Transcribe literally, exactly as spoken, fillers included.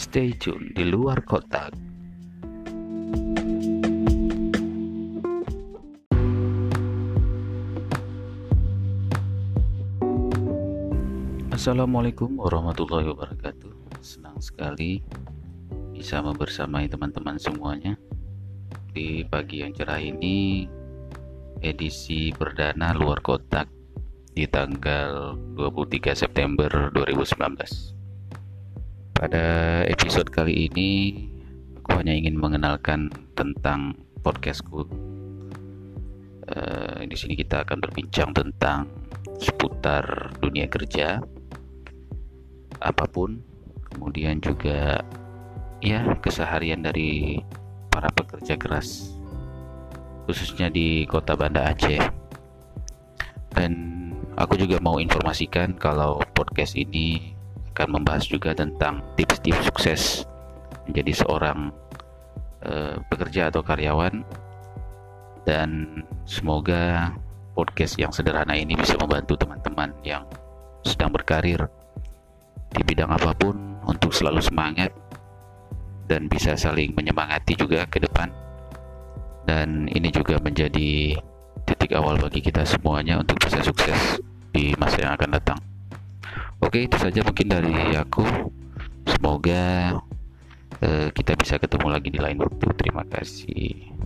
Stay tune di luar kotak. Assalamualaikum warahmatullahi wabarakatuh. Senang sekali bisa membersamai teman-teman semuanya di pagi yang cerah ini, edisi perdana luar kotak di tanggal dua puluh tiga September dua ribu sembilan belas. Pada episode kali ini aku hanya ingin mengenalkan tentang podcastku. Uh, di sini kita akan berbincang tentang seputar dunia kerja, apapun, kemudian juga ya keseharian dari para pekerja keras, khususnya di kota Banda Aceh. Dan aku juga mau informasikan kalau podcast ini akan membahas juga tentang tips-tips sukses menjadi seorang uh, pekerja atau karyawan, dan semoga podcast yang sederhana ini bisa membantu teman-teman yang sedang berkarir di bidang apapun untuk selalu semangat dan bisa saling menyemangati juga ke depan. Dan ini juga menjadi titik awal bagi kita semuanya untuk bisa sukses di masa yang akan datang. Oke, itu saja mungkin dari aku. Semoga uh, kita bisa ketemu lagi di lain waktu. Terima kasih.